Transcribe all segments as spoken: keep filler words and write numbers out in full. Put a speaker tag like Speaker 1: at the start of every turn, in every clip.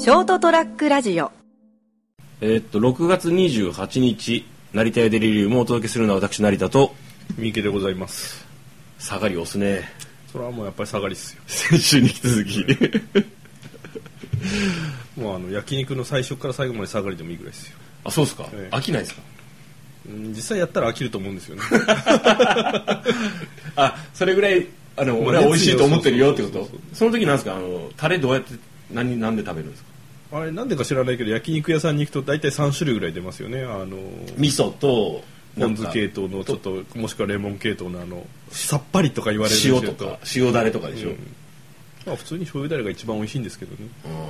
Speaker 1: ショートトラックラジオ。
Speaker 2: えー、っとろくがつにじゅうはちにち成田屋デリリウムをお届けするのは私成田と
Speaker 3: 三池でございます。
Speaker 2: 下がり押すね。
Speaker 3: それはもうやっぱり下がりっすよ。
Speaker 2: 先週に引き続き
Speaker 3: もうあの焼肉の最初から最後まで下がりでもいいぐらいですよ。
Speaker 2: あ、そうですか、
Speaker 3: ええ、
Speaker 2: 飽きないですか。
Speaker 3: うん、実際やったら飽きると思うんですよね
Speaker 2: あ、それぐらいあの、まあ、俺は美味しいと思ってるよってこと。その時なんですか、あのタレどうやって何なんで食べるんですか。
Speaker 3: あれなんでか知らないけど焼肉屋さんに行くと大体さんしゅるいぐらい出ますよね。あの
Speaker 2: 味噌と
Speaker 3: ポン酢系統のちょっともしくはレモン系統のあのさっぱりとか言われる
Speaker 2: 塩とか塩だれとかでしょ、うん、
Speaker 3: まあ、普通に醤油だれが一番美味しいんですけどね。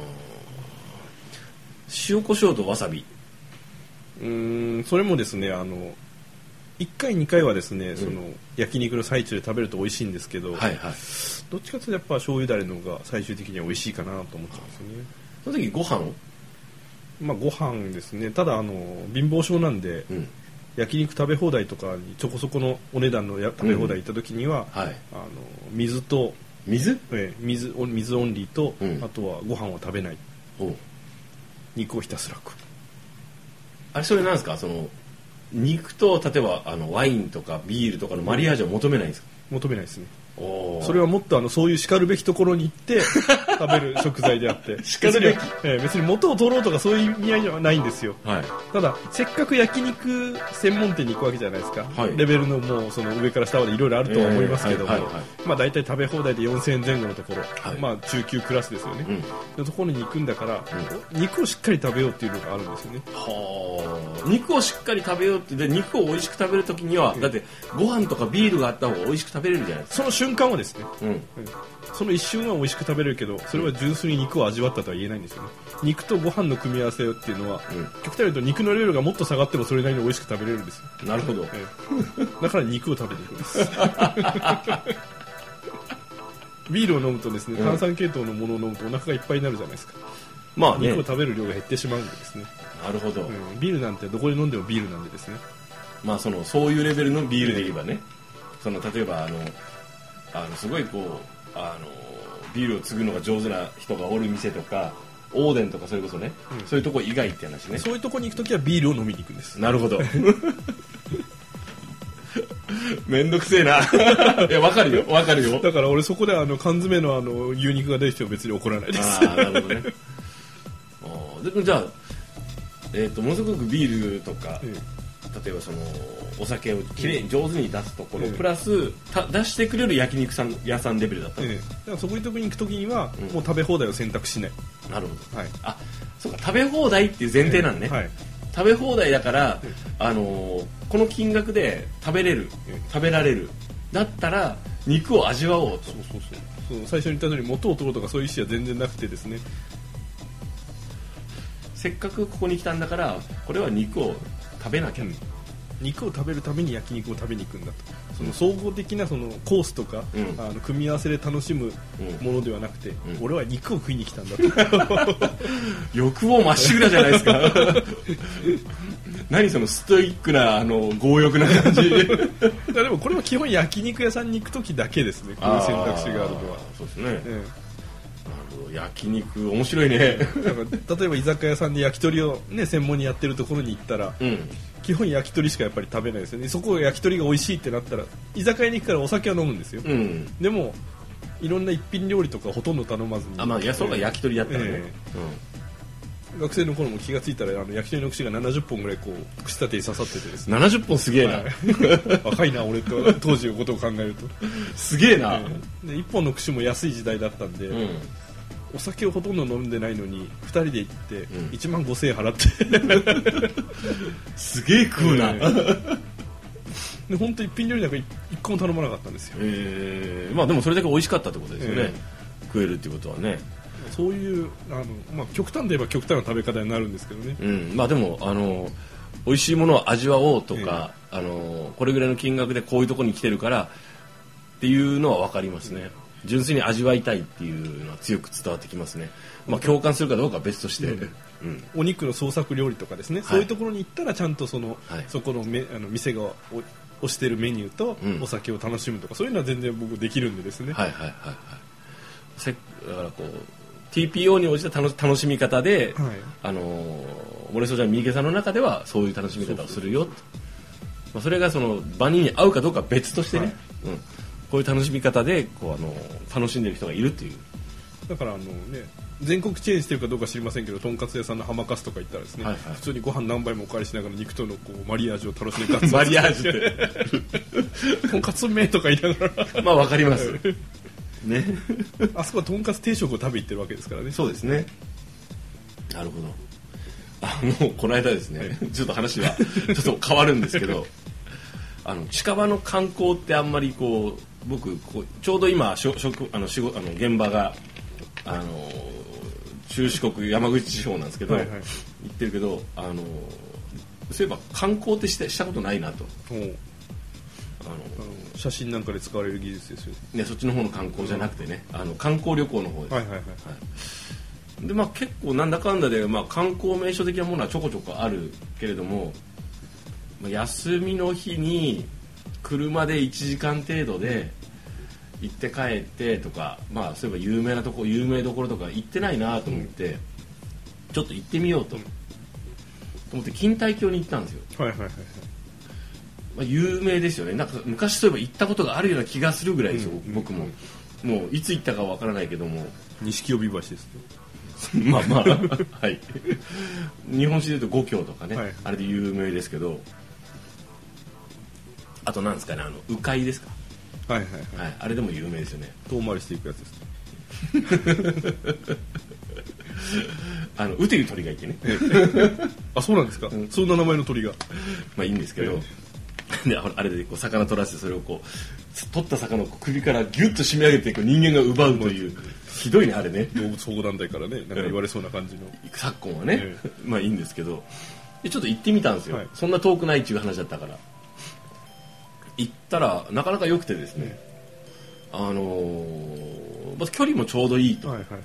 Speaker 2: 塩コショウとわさび、
Speaker 3: うーんそれもですね、あのいっかいにかいはですね、うん、その焼肉の最中で食べると美味しいんですけど、はいはい、どっちかというとやっぱ醤油だれの方が最終的には美味しいかなと思っちゃうんですよね。
Speaker 2: その時ご飯
Speaker 3: まあご飯ですね。ただあの貧乏症なんで、うん、焼肉食べ放題とかにちょこそこのお値段のや食べ放題行った時には、うん、はい、あの水と
Speaker 2: 水、
Speaker 3: えー、水水オンリーと、うん、あとはご飯を食べない、肉をひたすら食う。
Speaker 2: あれそれなんですか、その肉と例えばあのワインとかビールとかのマリアージュを求めないんですか。
Speaker 3: 求めないですね。それはもっとあのそういう叱るべきところに行って食べる食材であって
Speaker 2: 叱るべき、
Speaker 3: えー、別に元を取ろうとかそういう意味合いはないんですよ、はい、ただせっかく焼肉専門店に行くわけじゃないですか、はい、レベルのもうその上から下までいろいろあるとは思いますけども、えーはいはいはい、まあ大体食べ放題でよんせんえんぜん後のところ、はい、まあ中級クラスですよね、うん、のところに行くんだから、うん、肉をしっかり食べようっていうのがあるんですよね。
Speaker 2: はあ、肉をしっかり食べようってで肉を美味しく食べるときには、うん、だってご飯とかビールがあった方が美味しく食べれるじゃないですか。
Speaker 3: その瞬間はですね、うんうん、その一瞬は美味しく食べれるけどそれは純粋に肉を味わったとは言えないんですよね。肉とご飯の組み合わせっていうのは、うん、極端に言うと肉の量がもっと下がってもそれなりに美味しく食べれるんですよ。
Speaker 2: なるほど、
Speaker 3: ええ、だから肉を食べていくんですビールを飲むとですね、炭酸系統のものを飲むとお腹がいっぱいになるじゃないですか。まあね、肉を食べる量が減ってしまうんでですね。
Speaker 2: なるほど、
Speaker 3: うん、ビールなんてどこで飲んでもビールなんでですね。
Speaker 2: まあそのそういうレベルのビールで言えばね、その例えばあのあのすごいこうあのビールを継ぐのが上手な人がおる店とかオーデンとかそれこそね、うん、そういうとこ以外って話ね。
Speaker 3: そういうとこに行くときはビールを飲みに行くんです。
Speaker 2: なるほどめんどくせえないや、わかるよわかるよ。
Speaker 3: だから俺そこであの缶詰のあの牛肉が出てきても別に怒らないです。
Speaker 2: あ、なるほどねあでもじゃあ、えーと、ものすごくビールとか、うん、例えばそのお酒をきれいに上手に出すところ、うん、プラスた出してくれる焼肉さん屋さんレベルだったんです、
Speaker 3: ええ、だからそこに行くときには、うん、もう食べ放題を選択しない。
Speaker 2: なるほど、はい、あ、そうか、食べ放題っていう前提なんね、ええ、はい、食べ放題だから、ええ、あのー、この金額で食べれる、ええ、食べられるだったら肉を味わおうと。
Speaker 3: そうそうそう、そう最初に言った通り元を取ろうとかそういう意思は全然なくてですね、
Speaker 2: せっかくここに来たんだからこれは肉を食べなきゃ、うん、
Speaker 3: 肉を食べるために焼肉を食べに行くんだと。その総合的なそのコースとか、うん、あの組み合わせで楽しむものではなくて、うん、俺は肉を食いに来たんだと
Speaker 2: 欲望まっしぐらじゃないですか何そのストイックなあの強欲な感じ
Speaker 3: でもこれは基本焼肉屋さんに行く時だけですね、こういう選択肢があるのは。
Speaker 2: そうですね、ええ、焼肉面白いね
Speaker 3: だから例えば居酒屋さんで焼き鳥を、ね、専門にやってるところに行ったら、うん、基本焼き鳥しかやっぱり食べないですよね。そこ焼き鳥が美味しいってなったら居酒屋に行くからお酒は飲むんですよ、うん、でもいろんな一品料理とかほとんど頼まずに、
Speaker 2: あ、まあ、いや、そうか、焼き鳥だったらね、え
Speaker 3: ーうん、学生の頃も気がついたらあの焼き鳥の串がななじゅっぽんぐらいこう串立てに刺さっててですね。
Speaker 2: ななじゅっぽんすげえな、はい、
Speaker 3: 若いな俺と当時のことを考えると
Speaker 2: すげえな、え
Speaker 3: ー、でいっぽんの串も安い時代だったんで、うん、お酒をほとんど飲んでないのにふたりで行っていちまんごせんえん払って
Speaker 2: すげえ食うな、えー、
Speaker 3: で本当一品料理なんか一個も頼まなかったんですよ、
Speaker 2: えーまあ、でもそれだけ美味しかったってことですよね、えー、食えるってことはね。
Speaker 3: そういうあの、まあ、極端で言えば極端な食べ方になるんですけどね、
Speaker 2: うん、まあ、でもあの美味しいものを味わおうとか、えー、あのこれぐらいの金額でこういうところに来てるからっていうのは分かりますね、うん、純粋に味わいたいっていうのは強く伝わってきますね。まあ、共感するかどうかは別として、うん
Speaker 3: うん、お肉の創作料理とかですね、はい、そういうところに行ったらちゃんとその、はい、そこのめあの店が推してるメニューとお酒を楽しむとか、うん、そういうのは全然僕できるんでですね、
Speaker 2: はいはいはいはい、せだからこうティーピーオー に応じた楽楽しみ方で、
Speaker 3: はい、
Speaker 2: あのモレソジャン三池さんの中ではそういう楽しみ方をするよと。まあ、それがその万人に合うかどうかは別としてね、はい、うん、こういう楽しみ方でこうあの楽しんでる人がいるっていう。
Speaker 3: だからあのね、全国チェーンしてるかどうか知りませんけど、とんかつ屋さんの浜かすとか行ったらですね、はいはい、普通にご飯何杯もお借りしながら肉とのこうマリアージュを楽しんでガツ
Speaker 2: マリアージュ
Speaker 3: ってとんかつめとか言いながら
Speaker 2: まあわかりますね。
Speaker 3: あそこはとんかつ定食を食べ行ってるわけですからね。
Speaker 2: そうですね。なるほど。あのこの間ですね、はい、ちょっと話はちょっと変わるんですけどあの近場の観光ってあんまりこう僕こうちょうど今しょ職あの仕事あの現場があの中四国山口地方なんですけど、はいはい、行ってるけどあのそういえば観光ってしてしたことないなと。あの
Speaker 3: 写真なんかで使われる技術ですよ
Speaker 2: ね。そっちの方の観光じゃなくてね、あの観光旅行の方です。
Speaker 3: はいはいはい、はい
Speaker 2: でまあ、結構なんだかんだで、まあ、観光名所的なものはちょこちょこあるけれども、まあ、休みの日に車でいちじかん程度で行って帰ってとか、まあ、そういえば有名なとこ有名どころとか行ってないなと思って、うん、ちょっと行ってみようと、うん、と思って錦帯橋に行ったんですよ。
Speaker 3: はいはいはいはい。
Speaker 2: まあ、有名ですよね。なんか昔そういえば行ったことがあるような気がするぐらいですよ、うん、僕も。もういつ行ったかわからないけども。
Speaker 3: 錦帯橋ですね。
Speaker 2: まあまあはい日本史でいうと五橋とかね、はい、あれで有名ですけど、あとなんですかね、あの鵜飼ですか、
Speaker 3: はいはいはい、はい、
Speaker 2: あれでも有名ですよね。
Speaker 3: 遠回りしていくやつですね
Speaker 2: あのウという鳥がいてね
Speaker 3: あ、そうなんですか、うん、そんな名前の鳥が
Speaker 2: まあいいんですけど、えー、であれでこう魚取らせてそれをこう取った魚を首からギュッと締め上げていく人間が奪うというひどいねあれね。
Speaker 3: 動物保護団体からねなんか言われそうな感じの
Speaker 2: 昨今はね、ええ、まあいいんですけど、でちょっと行ってみたんですよ、はい、そんな遠くないっていう話だったから行ったらなかなか良くてですね、うん、あのー、まず距離もちょうどいいと、はいはいはい、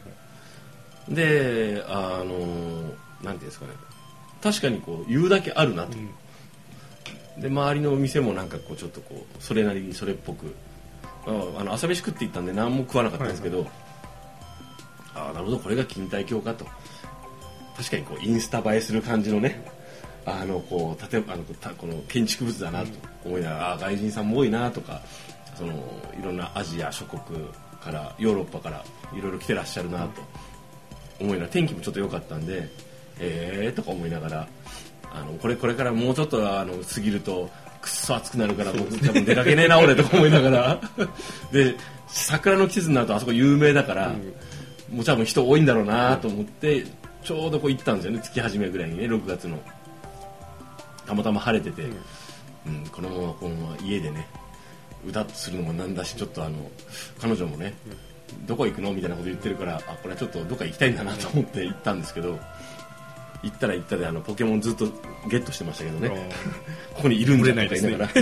Speaker 2: であのー、なんていうんですかね、確かにこう言うだけあるなと、うん、で周りのお店もなんかこうちょっとこうそれなりにそれっぽく、あの朝飯食って行ったんで何も食わなかったんですけど、はいはい、あ、なるほどこれが錦帯橋かと。確かにこうインスタ映えする感じのね、あのこう建あのこの建築物だなと思いながら、あ、外人さんも多いなとか、そのいろんなアジア諸国からヨーロッパからいろいろ来てらっしゃるなと思いながら、天気もちょっと良かったんで、えーとか思いながら、あのこれこれからもうちょっとあの過ぎるとくっそ暑くなるから僕多分出かけねえな俺とか思いながらで桜の季節になるとあそこ有名だから、うん、もう多分人多いんだろうなと思って、うん、ちょうどこう行ったんですよね、月始めぐらいにね、ろくがつのたまたま晴れてて、うんうん、このままこのまま家でね歌するのもなんだし、ちょっとあの彼女もね、うん、どこ行くのみたいなこと言ってるから、あ、これはちょっとどっか行きたいんだなと思って行ったんですけど、行ったら行ったであのポケモンずっとゲットしてましたけどねここにいるんじゃないか言いながら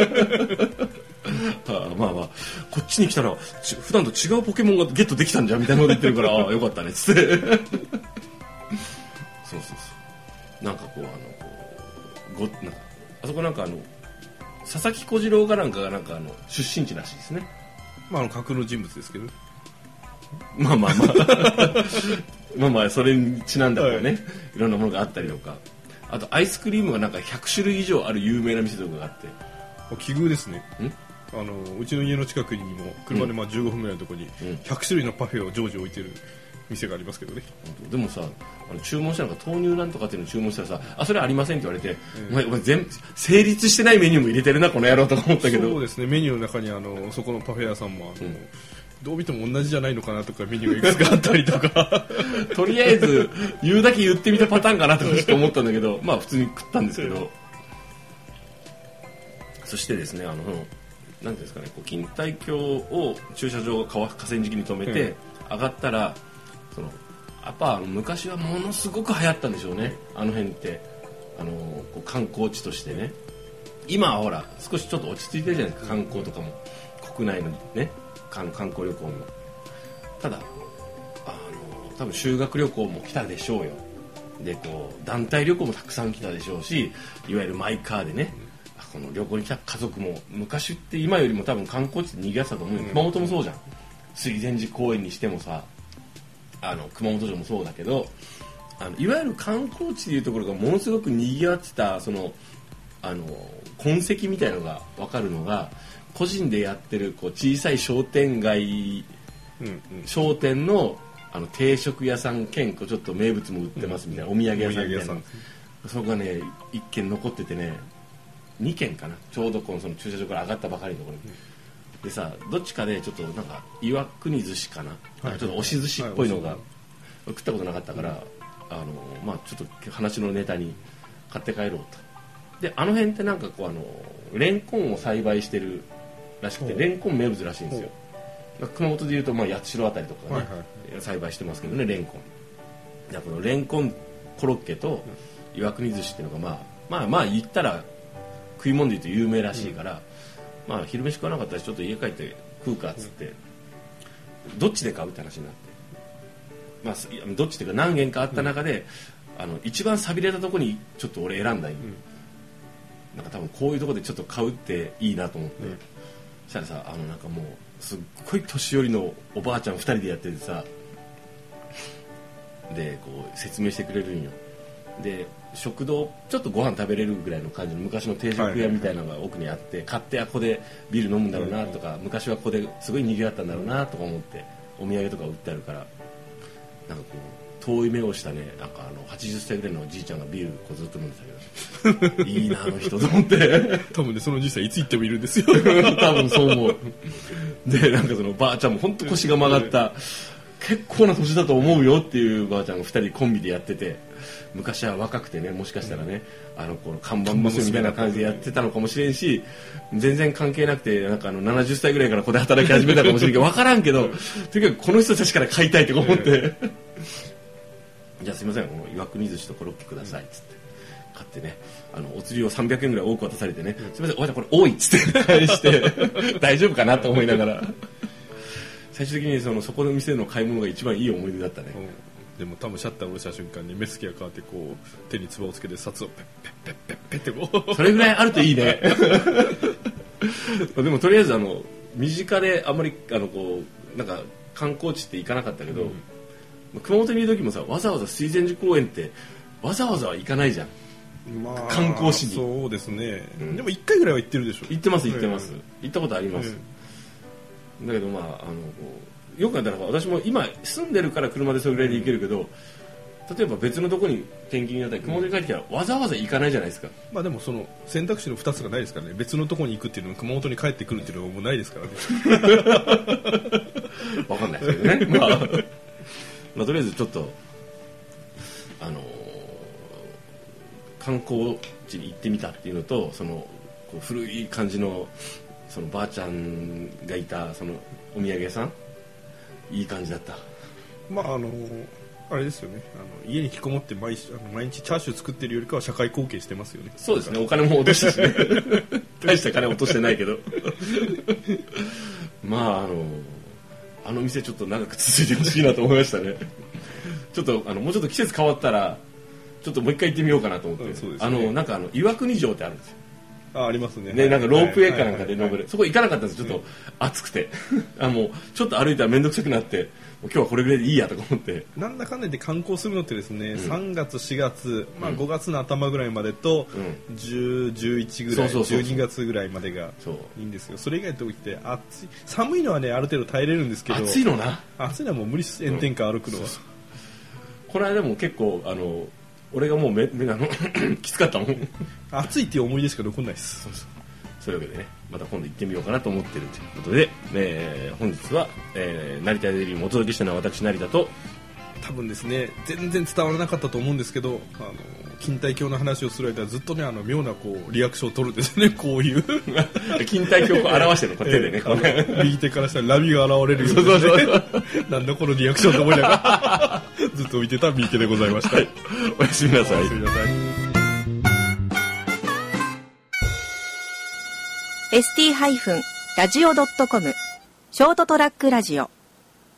Speaker 2: あ、まあまあこっちに来たら普段と違うポケモンがゲットできたんじゃんみたいなこと言ってるからああよかったねっつってそうそうそうなんかこうあのこうごなんかあそこなんかあの佐々木小次郎がなんかがなんかあの出身地らしいですね。
Speaker 3: まああの架空の人物ですけど
Speaker 2: まあまあまあまあまあそれにちなんだこうね、はい、いろんなものがあったりとか、あとアイスクリームがなんかひゃくしゅるい以上ある有名な店とかがあって、
Speaker 3: 奇遇ですね。あのうちの家の近くにも車でまあじゅうごふんぐらいのところにひゃくしゅるいのパフェを常時置いてる店がありますけどね。
Speaker 2: でもさ、あの注文したのが豆乳なんとかっていうのを注文したらさ、あ、それありませんって言われて、うん、お前お前全成立してないメニューも入れてるなこの野郎とか思ったけど。
Speaker 3: そうですね、メニューの中にあのそこのパフェ屋さんもあの、うん、どう見ても同じじゃないのかなとかメニューがいくつかあったりとか
Speaker 2: とりあえず言うだけ言ってみたパターンかなとかしか思ったんだけどまあ普通に食ったんですけどそしてですね、あのなんていうんですかね、こう錦帯橋を駐車場河川敷に止めて、うん、上がったらそのやっぱ昔はものすごく流行ったんでしょうね、あの辺ってあのこう観光地としてね。今はほら少しちょっと落ち着いてるじゃないですか、観光とかも国内のね観光旅行も。ただあの多分修学旅行も来たでしょうよ。でこう団体旅行もたくさん来たでしょうし、いわゆるマイカーでね、この旅行に来た家族も昔って今よりも多分観光地で賑わってたと思うよ、うん、熊本もそうじゃん。水前寺公園にしてもさ、 あの熊本城もそうだけど、あのいわゆる観光地というところがものすごくにぎわってたそのあの痕跡みたいなのが分かるのが、個人でやってるこう小さい商店街、うんうん、商店のあの定食屋さん兼ちょっと名物も売ってますみたいな、うん、お土産屋さんみたいな、そこがねいっけん残っててね、にけんかな、ちょうどこのその駐車場から上がったばかりのところに、うん、でさ、どっちかでちょっとなんか岩国寿司かな、はい、ちょっと押し寿司っぽいのが、はい、食ったことなかったから、うん、あのまあちょっと話のネタに買って帰ろうと。であの辺ってなんかこうあのレンコンを栽培してるらしくて、レンコン名物らしいんですよ。熊本でいうとまあ八代あたりとかね、はいはい、栽培してますけどね、レンコン。だこのレンコンコロッケと岩国寿司っていうのがまあまあまあ言ったら食い物で言うと有名らしいから、うん、まあ昼飯食わなかったらちょっと家帰って食うかっつって、うん、どっちで買うって話になって、まあどっちっていうか何軒かあった中で、うん、あの一番寂れたとこにちょっと俺選んだんよ、うん、なんか多分こういうとこでちょっと買うっていいなと思って、うん、そしたらさ、あのなんかもうすっごい年寄りのおばあちゃんふたりでやっててさ、でこう説明してくれるんよ。で食堂ちょっとご飯食べれるぐらいの感じの昔の定食屋みたいなのが奥にあって、買ってあここでビール飲むんだろうなとか、昔はここですごい賑わったんだろうなとか思って、お土産とか売ってあるから、なんかこう遠い目をしたね、なんかあのはちじゅっさいぐらいのおじいちゃんがビールこうずっと飲んでたけどいいなあの人と思って
Speaker 3: 多分ねそのじいさんいつ行ってもいるんですよ
Speaker 2: 多分そう思う。でなんかそのばあちゃんも本当腰が曲がった結構な年だと思うよっていうばあちゃんがふたりコンビでやってて、昔は若くてね、もしかしたらね、うん、あのこの看板娘みたいな感じでやってたのかもしれんし、全然関係なくてなんかあのななじゅっさいぐらいからここで働き始めたかもしれんけど分からんけど、とにかくこの人たちから買いたいと思ってじゃあすいません、この岩国寿司とコロッケくださいっつって買ってね、あのお釣りをさんびゃくえんぐらい多く渡されてね、すいませんおばあちゃんこれ多いっつって返して大丈夫かなと思いながら最終的にそのそこの店の買い物が一番いい思い出だったね。
Speaker 3: でも多分シャッターを押した瞬間に目つきが変わってこう手に唾をつけて札をペッペッペッペッペッってこう
Speaker 2: それぐらいあるといいねでもとりあえずあの身近であんまりあのこうなんか観光地って行かなかったけど、うん、熊本にいる時もさ、わざわざ水前寺公園ってわざわざ行かないじゃん、まあ、観光地に。
Speaker 3: そうですね、うん、でもいっかいぐらいは行ってるでしょ。
Speaker 2: 行ってます行ってます、えー、行ったことあります、えー、だけどまああのこうよく考えたら私も今住んでるから車でそれぐらいで行けるけど、例えば別のところに転勤になったり熊本に帰ってきたらわざわざ行かないじゃないですか。
Speaker 3: まあでもその選択肢のふたつがないですからね。別のところに行くっていうのも熊本に帰ってくるっていうのはもうないですからね
Speaker 2: 分かんないですけどね、まあ、まあとりあえずちょっとあのー、観光地に行ってみたっていうのと、そのこう古い感じのそのばあちゃんがいたそのお土産屋さんいい感じだった。まああの
Speaker 3: あれですよね、あの家に引きこもって毎日、あの毎日チャーシュー作ってるよりかは社会貢献してますよね。
Speaker 2: そうですね、お金も落としたしね大した金落としてないけどまああのあの店ちょっと長く続いてほしいなと思いましたねちょっとあのもうちょっと季節変わったらちょっともう一回行ってみようかなと思って、うんそうですね、あのなんかあの岩国城ってあるんですよ。
Speaker 3: あ, ありますね。
Speaker 2: ね、なんかロープウェイかなんかで登る、はいはいはい、そこ行かなかったんです。ちょっと暑くてあもうちょっと歩いたら面倒くさくなって、今日はこれぐらいでいいやとか思って。
Speaker 3: なんだかんだで観光するのってですね、うん、さんがつしがつ、まあ、ごがつの頭ぐらいまでと、うん、じゅう、じゅういちぐらい、じゅうにがつぐらいまでがいいんですよ。それ以外の時って暑い、寒いのはねある程度耐えれるんですけど、
Speaker 2: 暑いのな
Speaker 3: 暑いのはもう無理です。炎天下歩くのは、うん、そうそう、
Speaker 2: この間も結構あの俺がもう目目がきつかったもん
Speaker 3: 暑いっていう思い出しか残んないです。
Speaker 2: そうそう、そういうわけでね、また今度行ってみようかなと思ってるということで、えー、本日は、えー、成田デリーもお届けしたのは私成田と、
Speaker 3: 多分ですね全然伝わらなかったと思うんですけど、あの錦帯橋の話をする間ずっとねあの妙なこうリアクションを取るんですね。こういう
Speaker 2: 錦帯橋を表してるの手でね、え
Speaker 3: ー、右手からしたらラビが現れるように、ね、そうそうそうなんだこのリアクションと思いながらずっと見てた三池でございました、はい、
Speaker 2: おやすみなさい。おやすみなさい。
Speaker 1: エスティー ラジオ ドットコム ショートトラックラジオ